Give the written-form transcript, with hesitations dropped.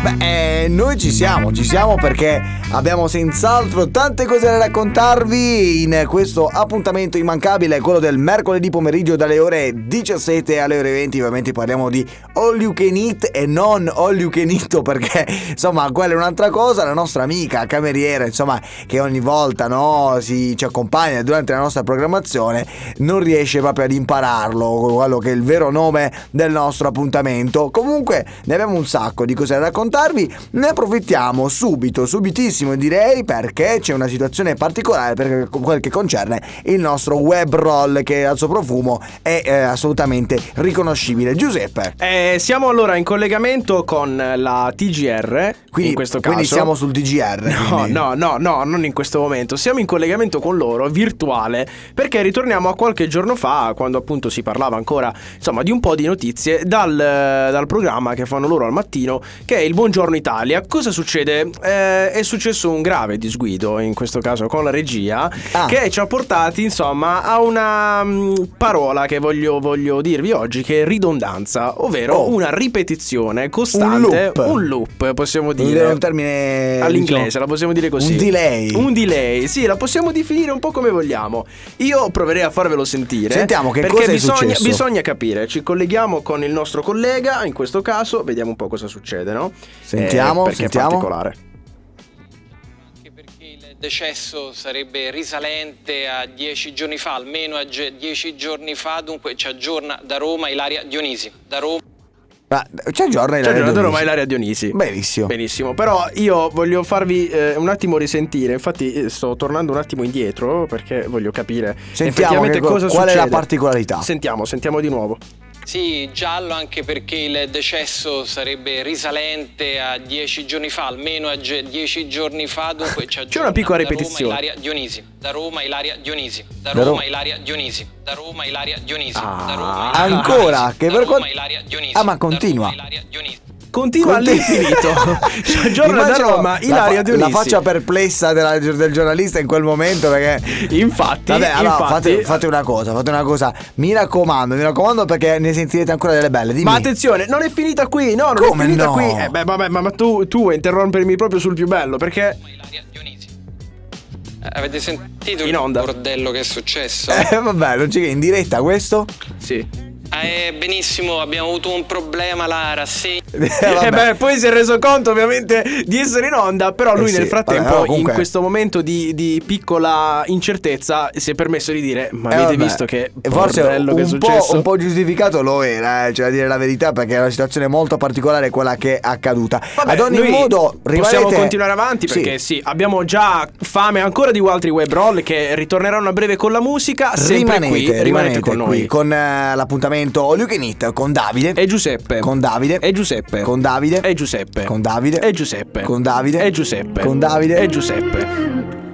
Noi ci siamo perché abbiamo senz'altro tante cose da raccontarvi in questo appuntamento immancabile, quello del mercoledì pomeriggio dalle ore 17 alle ore 20. Ovviamente parliamo di All You Can Eat e non All You Can Eat, perché insomma quella è un'altra cosa. La nostra amica cameriera, insomma, che ogni volta ci accompagna durante la nostra programmazione, non riesce proprio ad impararlo, quello che è il vero nome del nostro appuntamento. Comunque ne abbiamo un sacco di cose da raccontarvi, ne approfittiamo subitissimo direi, perché c'è una situazione particolare per quel che concerne il nostro web roll, che al suo profumo è assolutamente riconoscibile. Giuseppe, siamo allora in collegamento con la TGR, quindi, in questo caso. Quindi siamo sul TGR. No, non in questo momento. Siamo in collegamento con loro, virtuale, perché ritorniamo a qualche giorno fa, quando appunto si parlava ancora, insomma, di un po' di notizie dal programma che fanno loro al mattino, che è il Buongiorno Italia. Cosa succede? È successo un grave disguido, in questo caso con la regia, che ci ha portati, insomma, a una parola che voglio dirvi oggi, che è ridondanza, ovvero una ripetizione costante, un loop, possiamo dire. Un termine all'inglese, diciamo, la possiamo dire così. Un delay, sì, la possiamo definire un po' come vogliamo. Io proverei a farvelo sentire. Sentiamo che cosa è successo. Bisogna capire. Ci colleghiamo con il nostro collega, in questo caso, vediamo un po' cosa succede, no? Sentiamo. È particolare. Anche perché il decesso sarebbe risalente a 10 giorni fa, almeno a 10 giorni fa, dunque ci aggiorna da Roma Ilaria Dionisi. Da Roma. Ci aggiorna da Roma Ilaria Dionisi. Benissimo. Però io voglio farvi un attimo risentire. Infatti sto tornando un attimo indietro, perché voglio capire effettivamente cosa succede. Qual è la particolarità? Sentiamo di nuovo. Sì, giallo anche perché il decesso sarebbe risalente a 10 giorni fa, almeno a 10 giorni fa, dunque ci aggiorna. C'è una piccola ripetizione. Da Roma Ilaria Dionisi. Da Roma Ilaria Dionisi. Da Roma Ilaria Dionisi. Da Roma Ilaria Dionisi. Ancora? Che per Roma Ilaria Dionisi. Ma continua. Continua all'infinito. Giorno da Roma Ilaria Dionisi. La faccia perplessa del giornalista in quel momento, perché infatti, fate una cosa, mi raccomando, perché ne sentirete ancora delle belle. Dimmi. Ma attenzione, non è finita qui. No, non Come è finita no? qui. Vabbè, ma tu vuoi interrompermi proprio sul più bello, perché Ilaria Dionisi. Avete sentito in onda il bordello che è successo? Vabbè, non c'è, in diretta questo? Sì. Benissimo, abbiamo avuto un problema, la rassegna. Poi si è reso conto ovviamente di essere in onda, però lui nel frattempo, in questo momento di piccola incertezza, si è permesso di dire: ma avete visto che forse che è successo? Un po' giustificato lo era, cioè a dire la verità, perché è una situazione molto particolare quella che è accaduta. Ad ogni modo possiamo continuare avanti, perché abbiamo già fame ancora di altri web roll che ritorneranno a breve con la musica. Rimanete con noi, con l'appuntamento All You Can Eat con Davide e Giuseppe. Con Davide e Giuseppe. Con Davide e Giuseppe. Con Davide e Giuseppe. Con Davide e Giuseppe. Con Davide e Giuseppe.